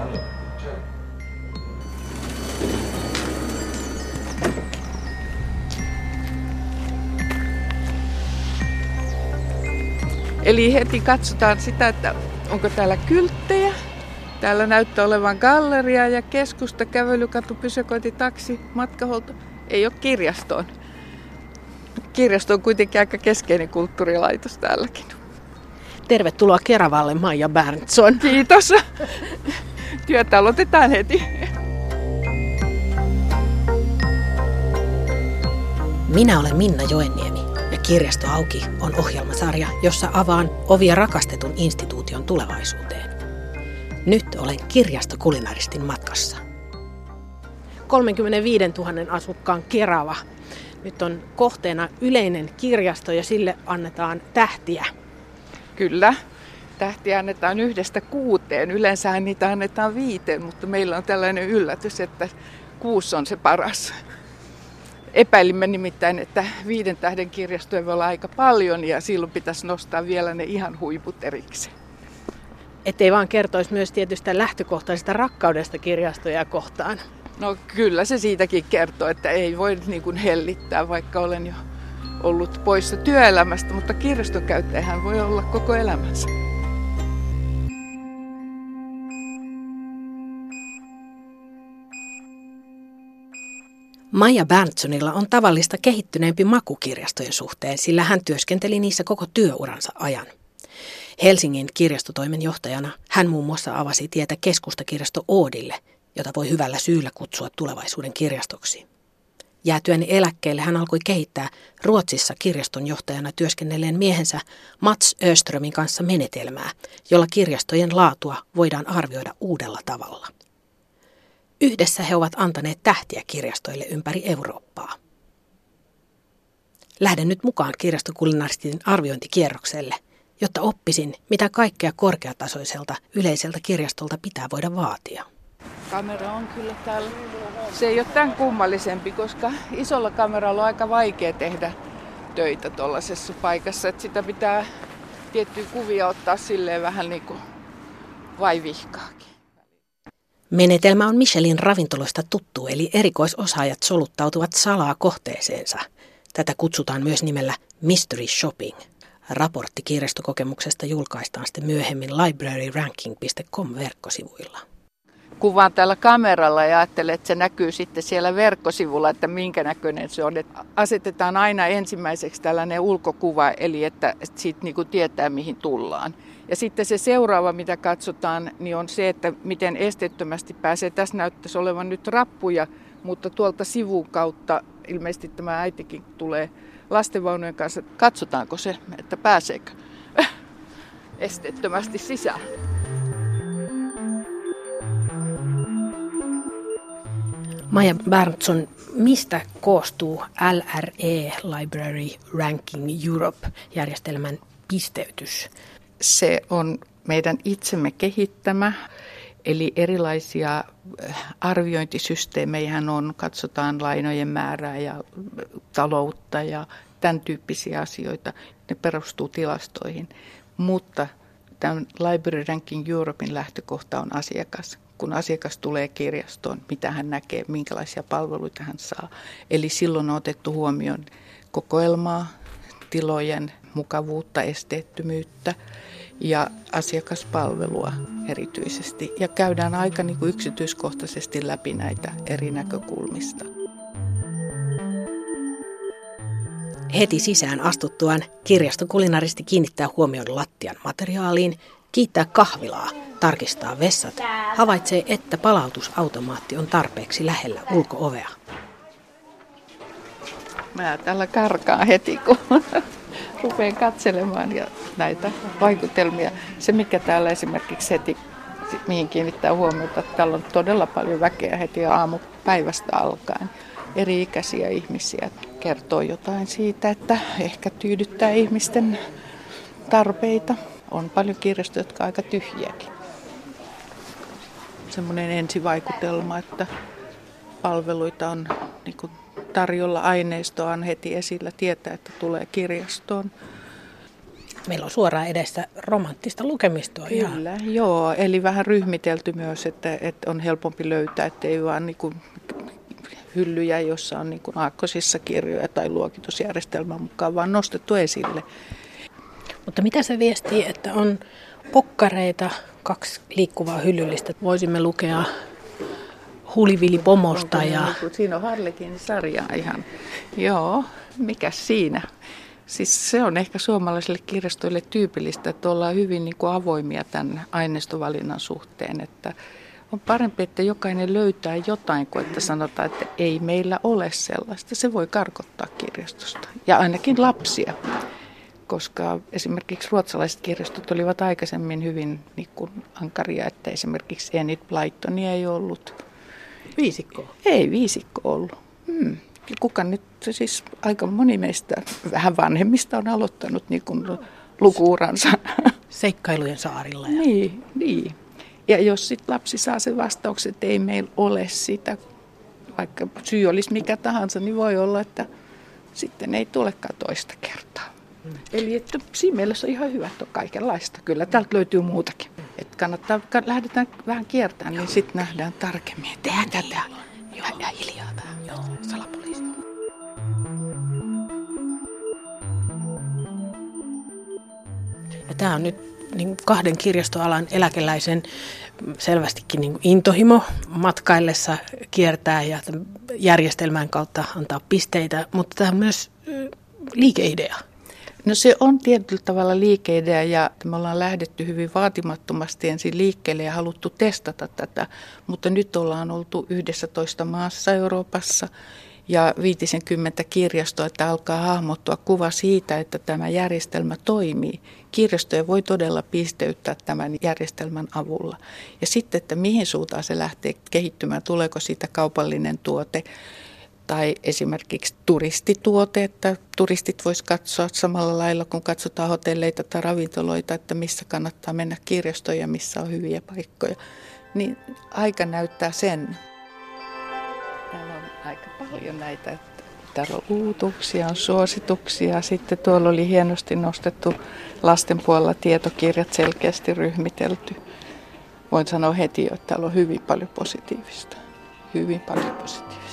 Eli heti katsotaan sitä, että onko täällä kylttejä. Täällä näyttää olevan galleria ja keskusta, kävelykatu, pysäköinti, taksi, matkahuolto. Ei ole kirjastoon. Kirjasto on kuitenkin aika keskeinen kulttuurilaitos täälläkin. Tervetuloa Keravalle, Maija Berntsson. Kiitos. Työtä aloitetaan heti. Minä olen Minna Joenniemi ja Kirjasto auki on ohjelmasarja, jossa avaan ovia rakastetun instituution tulevaisuuteen. Nyt olen kirjastokulinaristin matkassa. 35 000 asukkaan Kerava. Nyt on kohteena yleinen kirjasto ja sille annetaan tähtiä. Kyllä. Tähtiä annetaan 1–6. Yleensähän niitä annetaan 5, mutta meillä on tällainen yllätys, että 6 on se paras. Epäilimme nimittäin, että 5 tähden kirjastoja voi olla aika paljon ja silloin pitäisi nostaa vielä ne ihan huiput erikseen. Ettei vaan kertoisi myös tietystä lähtökohtaisesta rakkaudesta kirjastoja kohtaan. No kyllä se siitäkin kertoo, että ei voi niin kuin hellittää, vaikka olen jo ollut poissa työelämästä, mutta kirjaston käyttäjähän voi olla koko elämänsä. Maija Bernttssonilla on tavallista kehittyneempi maku kirjastojen suhteen, sillä hän työskenteli niissä koko työuransa ajan. Helsingin kirjastotoimenjohtajana hän muun muassa avasi tietä keskustakirjasto Oodille, jota voi hyvällä syyllä kutsua tulevaisuuden kirjastoksi. Jäätyäni eläkkeelle hän alkoi kehittää Ruotsissa kirjaston johtajana työskennelleen miehensä Mats Öströmin kanssa menetelmää, jolla kirjastojen laatua voidaan arvioida uudella tavalla. Yhdessä he ovat antaneet tähtiä kirjastoille ympäri Eurooppaa. Lähden nyt mukaan kirjastokulinaristin arviointikierrokselle, jotta oppisin, mitä kaikkea korkeatasoiselta yleiseltä kirjastolta pitää voida vaatia. Kamera on kyllä täällä. Se ei ole tämän kummallisempi, koska isolla kameralla on aika vaikea tehdä töitä tuollaisessa paikassa. Että sitä pitää tiettyjä kuvia ottaa silleen vähän niin kuin vaivihkaakin. Menetelmä on Michelin ravintoloista tuttu, eli erikoisosaajat soluttautuvat salaa kohteeseensa. Tätä kutsutaan myös nimellä mystery shopping. Raportti kirjastokokemuksesta julkaistaan sitten myöhemmin libraryranking.com-verkkosivuilla. Kuvaan tällä kameralla ja ajattelen, että se näkyy sitten siellä verkkosivulla, että minkä näköinen se on. Että asetetaan aina ensimmäiseksi tällainen ulkokuva, eli että siitä niin kuin tietää, mihin tullaan. Ja sitten se seuraava, mitä katsotaan, niin on se, että miten esteettömästi pääsee. Tässä näyttäisi olevan nyt rappuja, mutta tuolta sivun kautta ilmeisesti tämä äitikin tulee lastenvaunujen kanssa. Katsotaanko se, että pääseekö esteettömästi sisään. Maija Berntsson, mistä koostuu LRE, Library Ranking Europe-järjestelmän pisteytys? Se on meidän itsemme kehittämä, eli erilaisia arviointisysteemejä on, katsotaan lainojen määrää ja taloutta ja tämän tyyppisiä asioita. Ne perustuu tilastoihin, mutta tämän Library Ranking Europein lähtökohta on asiakas. Kun asiakas tulee kirjastoon, mitä hän näkee, minkälaisia palveluita hän saa. Eli silloin on otettu huomioon kokoelmaa, tilojen mukavuutta, esteettömyyttä ja asiakaspalvelua erityisesti. Ja käydään aika niin kuin yksityiskohtaisesti läpi näitä eri näkökulmista. Heti sisään astuttuaan kirjaston kulinaristi kiinnittää huomion lattian materiaaliin, kiittää kahvilaa, tarkistaa vessat, havaitsee, että palautusautomaatti on tarpeeksi lähellä ulko-ovea. Mä tällä karkaan heti, kun rupean katselemaan ja näitä vaikutelmia. Se, mikä täällä esimerkiksi heti, mihin kiinnittää huomiota, että täällä on todella paljon väkeä heti aamupäivästä alkaen. Eri-ikäisiä ihmisiä kertoo jotain siitä, että ehkä tyydyttää ihmisten tarpeita. On paljon kirjastoja, jotka on aika tyhjiäkin. Semmoinen ensivaikutelma, että palveluita on niin kuin tarjolla, aineistoa on heti esillä, tietää, että tulee kirjastoon. Meillä on suoraan edessä romanttista lukemistoa. Kyllä, joo. Eli vähän ryhmitelty myös, että on helpompi löytää, ettei vaan niin kuin hyllyjä, jossa on niin kuin aakkosissa kirjoja tai luokitusjärjestelmän mukaan, vaan nostettu esille. Mutta mitä se viestii, että on pokkareita, 2 liikkuvaa hyllyllistä? Voisimme lukea Hulivili Pomosta. Siinä on Harlekin sarja ihan. Joo, mikäs siinä? Siis se on ehkä suomalaisille kirjastoille tyypillistä, että ollaan hyvin niin kuin avoimia tämän aineistovalinnan suhteen. Että on parempi, että jokainen löytää jotain kuin että sanotaan, että ei meillä ole sellaista. Se voi karkottaa kirjastosta ja ainakin lapsia. Koska esimerkiksi ruotsalaiset kirjastot olivat aikaisemmin hyvin niin kuin ankaria, että esimerkiksi Enid Blytonia ei ollut. Viisikko? Ei viisikko ollut. Kuka nyt, siis aika moni meistä vähän vanhemmista on aloittanut niin kuin lukuuransa. Seikkailujen saarilla. Niin. Ja jos sitten lapsi saa sen vastauksen, että ei meillä ole sitä, vaikka syy olisi mikä tahansa, niin voi olla, että sitten ei tulekaan toista kertaa. Eli että siinä mielessä on ihan hyvä, että on kaikenlaista. Kyllä täältä löytyy muutakin. Että kannattaa, lähdetään vähän kiertämään, niin sitten nähdään tarkemmin. Tehdään tätä. Ja hiljaa vähän. Joo, salapoliisi. Ja tämä on nyt niin 2 kirjastoalan eläkeläisen selvästikin niin intohimo matkaillessa kiertää ja järjestelmän kautta antaa pisteitä, mutta tämä on myös liikeidea. No se on tietyllä tavalla liikeidea ja me ollaan lähdetty hyvin vaatimattomasti ensin liikkeelle ja haluttu testata tätä, mutta nyt ollaan oltu 11 maassa Euroopassa ja 50 kirjastoa, että alkaa hahmottua kuva siitä, että tämä järjestelmä toimii. Kirjastoja voi todella pisteyttää tämän järjestelmän avulla. Ja sitten, että mihin suuntaan se lähtee kehittymään, tuleeko siitä kaupallinen tuote tai esimerkiksi turistituote, että turistit vois katsoa samalla lailla, kun katsotaan hotelleita tai ravintoloita, että missä kannattaa mennä kirjastoon ja missä on hyviä paikkoja. Niin aika näyttää sen. Täällä on aika paljon näitä. Täällä on uutuuksia, on suosituksia. Sitten tuolla oli hienosti nostettu lasten puolella tietokirjat selkeästi ryhmitelty. Voin sanoa heti jo, että täällä on hyvin paljon positiivista. Hyvin paljon positiivista.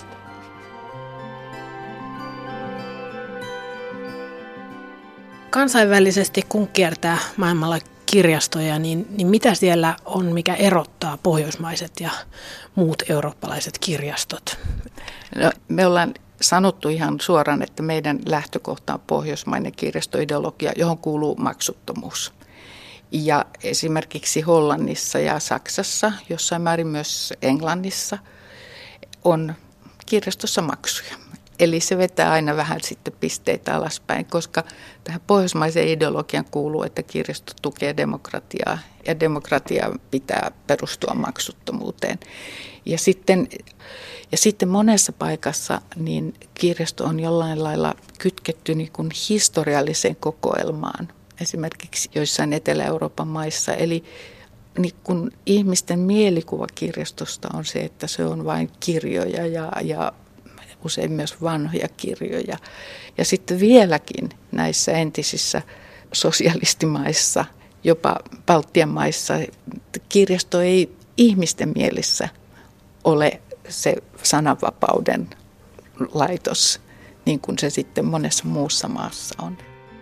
Kansainvälisesti kun kiertää maailmalla kirjastoja, niin mitä siellä on, mikä erottaa pohjoismaiset ja muut eurooppalaiset kirjastot? No, me ollaan sanottu ihan suoraan, että meidän lähtökohta on pohjoismainen kirjastoideologia, johon kuuluu maksuttomuus. Ja esimerkiksi Hollannissa ja Saksassa, jossain määrin myös Englannissa, on kirjastossa maksuja. Eli se vetää aina vähän sitten pisteitä alaspäin, koska tähän pohjoismaiseen ideologian kuuluu, että kirjasto tukee demokratiaa ja demokratia pitää perustua maksuttomuuteen. Ja sitten monessa paikassa niin kirjasto on jollain lailla kytketty niin kuin historialliseen kokoelmaan, esimerkiksi joissain Etelä-Euroopan maissa. Eli niin kuin ihmisten mielikuva kirjastosta on se, että se on vain kirjoja ja usein myös vanhoja kirjoja. Ja sitten vieläkin näissä entisissä sosialistimaissa, jopa Baltian maissa, kirjasto ei ihmisten mielissä ole se sananvapauden laitos, niin kuin se sitten monessa muussa maassa on.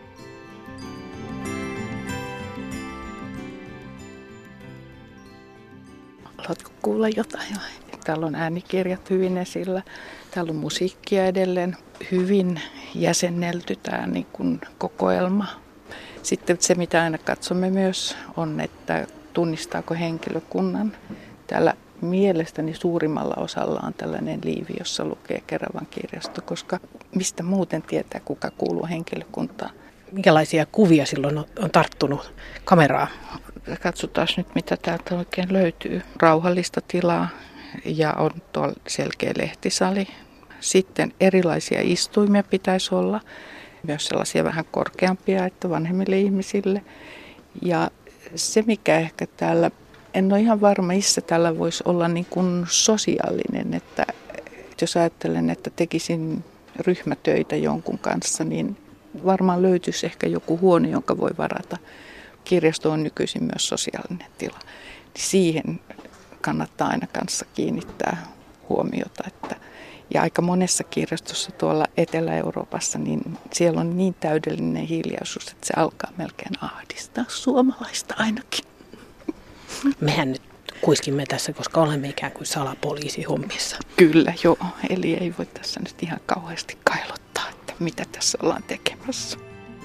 Haluatko kuulla jotain? Täällä on äänikirjat hyvin esillä. Täällä on musiikkia edelleen. Hyvin jäsennelty tämä niin kuin kokoelma. Sitten se, mitä aina katsomme myös, on, että tunnistaako henkilökunnan. Täällä mielestäni suurimmalla osalla on tällainen liivi, jossa lukee Keravan kirjasto, koska mistä muuten tietää, kuka kuuluu henkilökuntaan. Minkälaisia kuvia silloin on tarttunut kameraa? Katsotaan nyt, mitä täältä oikein löytyy. Rauhallista tilaa ja on tuolla selkeä lehtisali. Sitten erilaisia istuimia pitäisi olla, myös sellaisia vähän korkeampia, että vanhemmille ihmisille. Ja se, mikä ehkä täällä, en ole ihan varma, missä täällä voisi olla niin kuin sosiaalinen, että jos ajattelen, että tekisin ryhmätöitä jonkun kanssa, niin varmaan löytyisi ehkä joku huone, jonka voi varata. Kirjasto on nykyisin myös sosiaalinen tila. Siihen kannattaa aina kanssa kiinnittää huomiota. Ja aika monessa kirjastossa tuolla Etelä-Euroopassa, niin siellä on niin täydellinen hiljaisuus, että se alkaa melkein ahdistaa suomalaista ainakin. Mehän nyt kuiskimme tässä, koska olemme ikään kuin salapoliisihommissa. Kyllä, joo. Eli ei voi tässä nyt ihan kauheasti kailottaa, että mitä tässä ollaan tekemässä.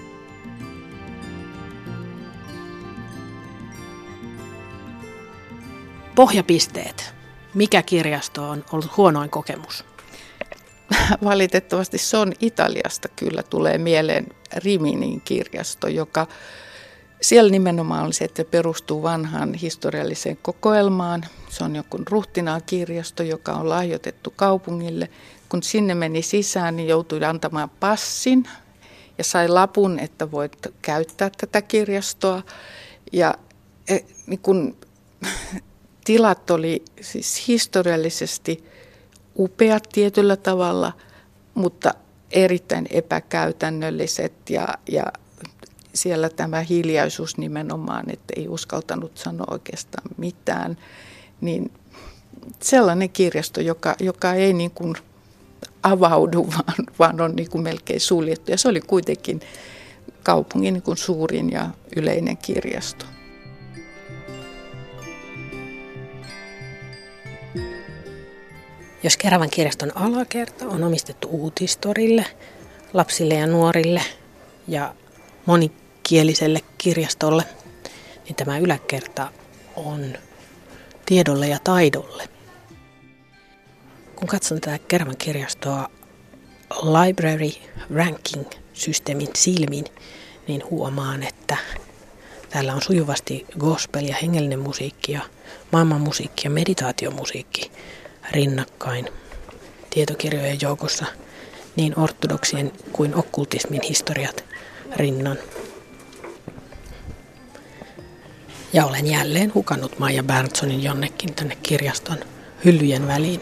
Pohjapisteet. Mikä kirjasto on ollut huonoin kokemus? Valitettavasti se on Italiasta kyllä tulee mieleen Riminin kirjasto, joka siellä nimenomaan on se, että perustuu vanhaan historialliseen kokoelmaan. Se on joku ruhtinaan kirjasto, joka on lahjoitettu kaupungille. Kun sinne meni sisään, niin joutui antamaan passin ja sai lapun, että voit käyttää tätä kirjastoa. Ja niin kun, tilat oli siis historiallisesti upeat tietyllä tavalla, mutta erittäin epäkäytännölliset ja siellä tämä hiljaisuus nimenomaan, että ei uskaltanut sanoa oikeastaan mitään, niin sellainen kirjasto, joka ei niin kuin avaudu, vaan on niin kuin melkein suljettu. Ja se oli kuitenkin kaupungin niin kuin suurin ja yleinen kirjasto. Jos Keravan kirjaston alakerta on omistettu uutistorille, lapsille ja nuorille ja monikieliselle kirjastolle, niin tämä yläkerta on tiedolle ja taidolle. Kun katson tätä Keravan kirjastoa Library Ranking-systeemin silmin, niin huomaan, että täällä on sujuvasti gospel ja hengellinen musiikki ja maailmanmusiikki ja meditaatiomusiikki rinnakkain tietokirjojen joukossa niin ortodoksien kuin okkultismin historiat rinnan. Ja olen jälleen hukannut Maija Berntsonin jonnekin tänne kirjaston hyllyjen väliin.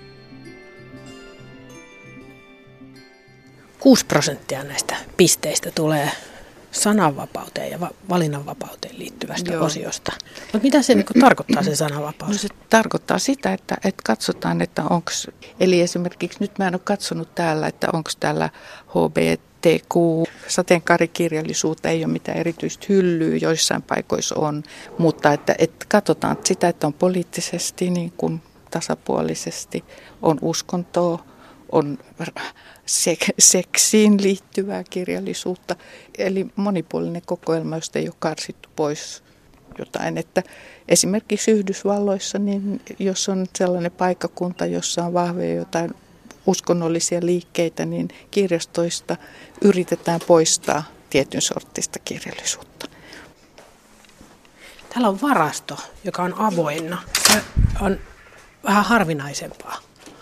6% näistä pisteistä tulee sananvapauteen ja valinnanvapauteen liittyvästä osiosta. Mutta mitä se tarkoittaa se sananvapaus? No se tarkoittaa sitä, että katsotaan, että onko, eli esimerkiksi nyt mä en ole katsonut täällä, että onko täällä HBTQ, sateenkaarikirjallisuutta, ei ole mitään erityistä hyllyä, joissain paikoissa on, mutta että katsotaan sitä, että on poliittisesti niin kuin tasapuolisesti, on uskontoa, on seksiin liittyvää kirjallisuutta, eli monipuolinen kokoelma, josta ei ole karsittu pois jotain. Että esimerkiksi Yhdysvalloissa, niin jos on sellainen paikkakunta, jossa on vahvoja jotain uskonnollisia liikkeitä, niin kirjastoista yritetään poistaa tietyn sorttista kirjallisuutta. Täällä on varasto, joka on avoinna. Se on vähän harvinaisempaa.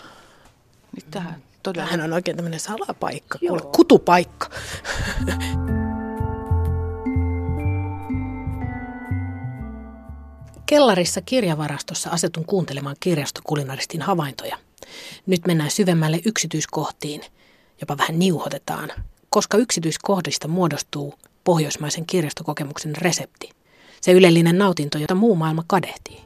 Tämähän on oikein tämmöinen salapaikka, kutupaikka. Kellarissa kirjavarastossa asetun kuuntelemaan kirjastokulinaristin havaintoja. Nyt mennään syvemmälle yksityiskohtiin, jopa vähän niuhotetaan, koska yksityiskohdista muodostuu pohjoismaisen kirjastokokemuksen resepti. Se ylellinen nautinto, jota muu maailma kadehtii.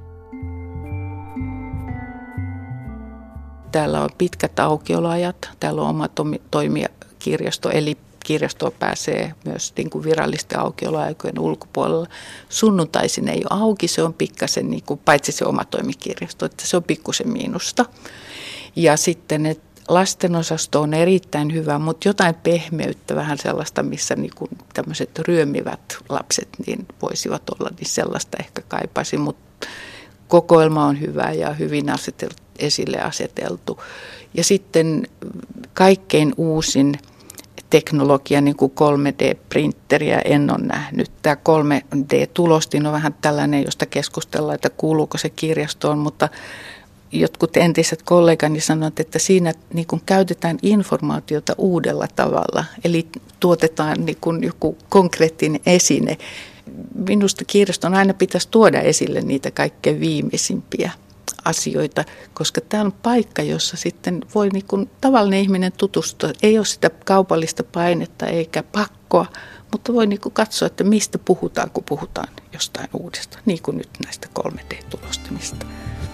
Täällä on pitkät aukioloajat, täällä on oma toimijakirjasto, eli kirjastoon pääsee myös niin kuin virallisten aukioloaikojen ulkopuolella. Sunnuntaisin ei ole auki, se on pikkasen, niin kuin, paitsi se oma toimikirjasto, että se on pikkusen miinusta. Ja sitten lastenosasto on erittäin hyvä, mutta jotain pehmeyttä, vähän sellaista, missä niin kuin tämmöiset ryömivät lapset niin voisivat olla, niin sellaista ehkä kaipaisin, mutta kokoelma on hyvä ja hyvin esille aseteltu. Ja sitten kaikkein uusin teknologia, niin kuin 3D-printeriä en ole nähnyt. Tämä 3D-tulostin on vähän tällainen, josta keskustellaan, että kuuluuko se kirjastoon, mutta jotkut entiset kollegani sanoivat, että siinä niin kuin käytetään informaatiota uudella tavalla, eli tuotetaan niin kuin joku konkreettinen esine. Minusta kirjaston aina pitäisi tuoda esille niitä kaikkein viimeisimpiä asioita, koska tämä on paikka, jossa sitten voi niin kuin tavallinen ihminen tutustua. Ei ole sitä kaupallista painetta eikä pakkoa, mutta voi niin kuin katsoa, että mistä puhutaan, kun puhutaan jostain uudesta, niin kuin nyt näistä 3D-tulostimista.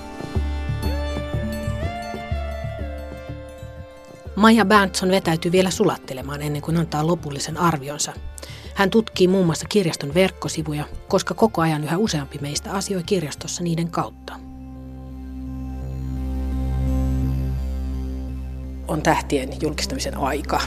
Maija Berntsson vetäytyy vielä sulattelemaan ennen kuin antaa lopullisen arvionsa. Hän tutkii muun muassa kirjaston verkkosivuja, koska koko ajan yhä useampi meistä asioi kirjastossa niiden kautta. On tähtien julkistamisen aika.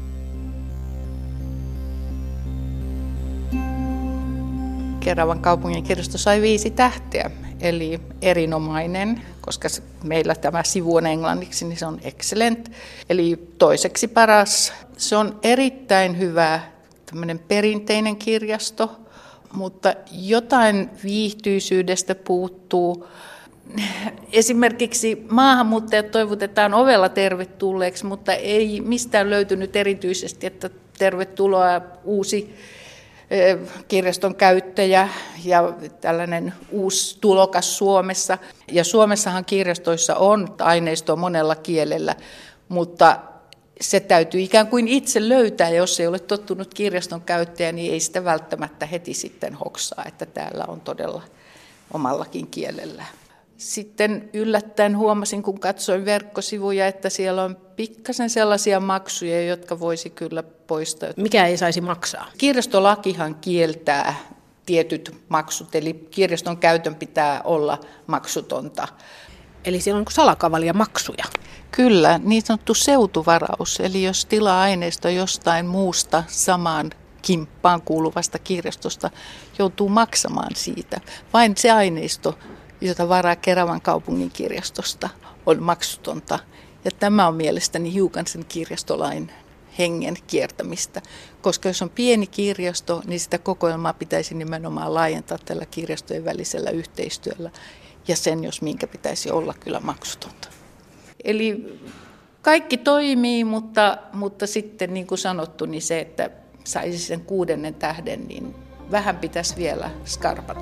Keravan kaupungin kirjasto sai 5 tähteä, eli erinomainen, koska meillä tämä sivu on englanniksi, niin se on excellent. Eli toiseksi paras. Se on erittäin hyvä tämmöinen perinteinen kirjasto, mutta jotain viihtyisyydestä puuttuu. Esimerkiksi maahanmuuttajat toivotetaan ovella tervetulleeksi, mutta ei mistään löytynyt erityisesti, että tervetuloa uusi kirjaston käyttäjä ja tällainen uusi tulokas Suomessa. Ja Suomessahan kirjastoissa on aineistoa monella kielellä, mutta se täytyy ikään kuin itse löytää, jos ei ole tottunut kirjaston käyttäjä, niin ei sitä välttämättä heti sitten hoksaa, että täällä on todella omallakin kielellä. Sitten yllättäen huomasin, kun katsoin verkkosivuja, että siellä on pikkasen sellaisia maksuja, jotka voisi kyllä poistaa. Mikä ei saisi maksaa? Kirjastolakihan kieltää tietyt maksut, eli kirjaston käytön pitää olla maksutonta. Eli siellä on salakavalia maksuja. Kyllä, niin sanottu seutuvaraus, eli jos tilaa aineisto jostain muusta samaan kimppaan kuuluvasta kirjastosta, joutuu maksamaan siitä. Vain se aineisto, jota varaa Keravan kaupungin kirjastosta, on maksutonta. Ja tämä on mielestäni hiukan sen kirjastolain hengen kiertämistä, koska jos on pieni kirjasto, niin sitä kokoelmaa pitäisi nimenomaan laajentaa tällä kirjastojen välisellä yhteistyöllä, ja sen, jos minkä pitäisi olla kyllä maksutonta. Eli kaikki toimii, mutta sitten niin kuin sanottu, niin se, että saisi sen 6. tähden, niin vähän pitäisi vielä skarpata.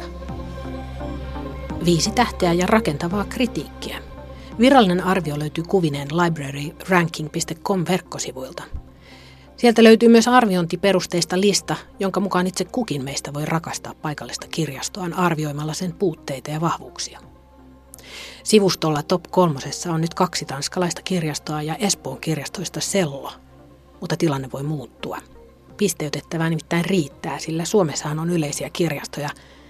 5 tähteä ja rakentavaa kritiikkiä. Virallinen arvio löytyy kuvineen libraryranking.com-verkkosivuilta. Sieltä löytyy myös arviointiperusteista lista, jonka mukaan itse kukin meistä voi rakastaa paikallista kirjastoaan arvioimalla sen puutteita ja vahvuuksia. Sivustolla Top 3 on nyt 2 tanskalaista kirjastoa ja Espoon kirjastoista Sello, mutta tilanne voi muuttua. Pisteytettävää nimittäin riittää, sillä Suomessahan on yleisiä kirjastoja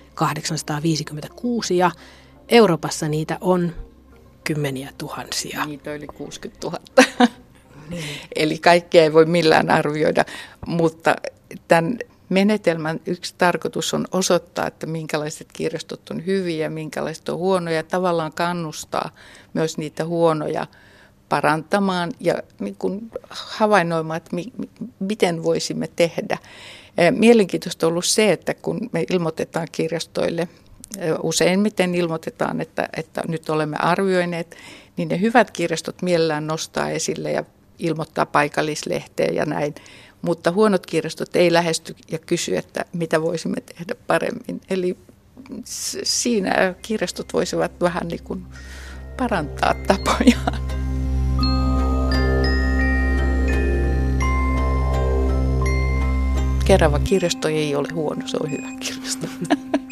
856 ja Euroopassa niitä on kymmeniä tuhansia. Niitä yli 60 000. Niin. Eli kaikkea ei voi millään arvioida, mutta tämän menetelmän yksi tarkoitus on osoittaa, että minkälaiset kirjastot on hyviä ja minkälaiset on huonoja. Tavallaan kannustaa myös niitä huonoja parantamaan ja niin kuin havainnoimaan, että miten voisimme tehdä. Mielenkiintoista on ollut se, että kun me ilmoitetaan kirjastoille, useimmiten ilmoitetaan, että nyt olemme arvioineet, niin ne hyvät kirjastot mielellään nostaa esille ja ilmoittaa paikallislehteen ja näin. Mutta huonot kirjastot ei lähesty ja kysy, että mitä voisimme tehdä paremmin. Eli siinä kirjastot voisivat vähän niin kuin parantaa tapojaan. Kerava kirjasto ei ole huono, se on hyvä kirjasto.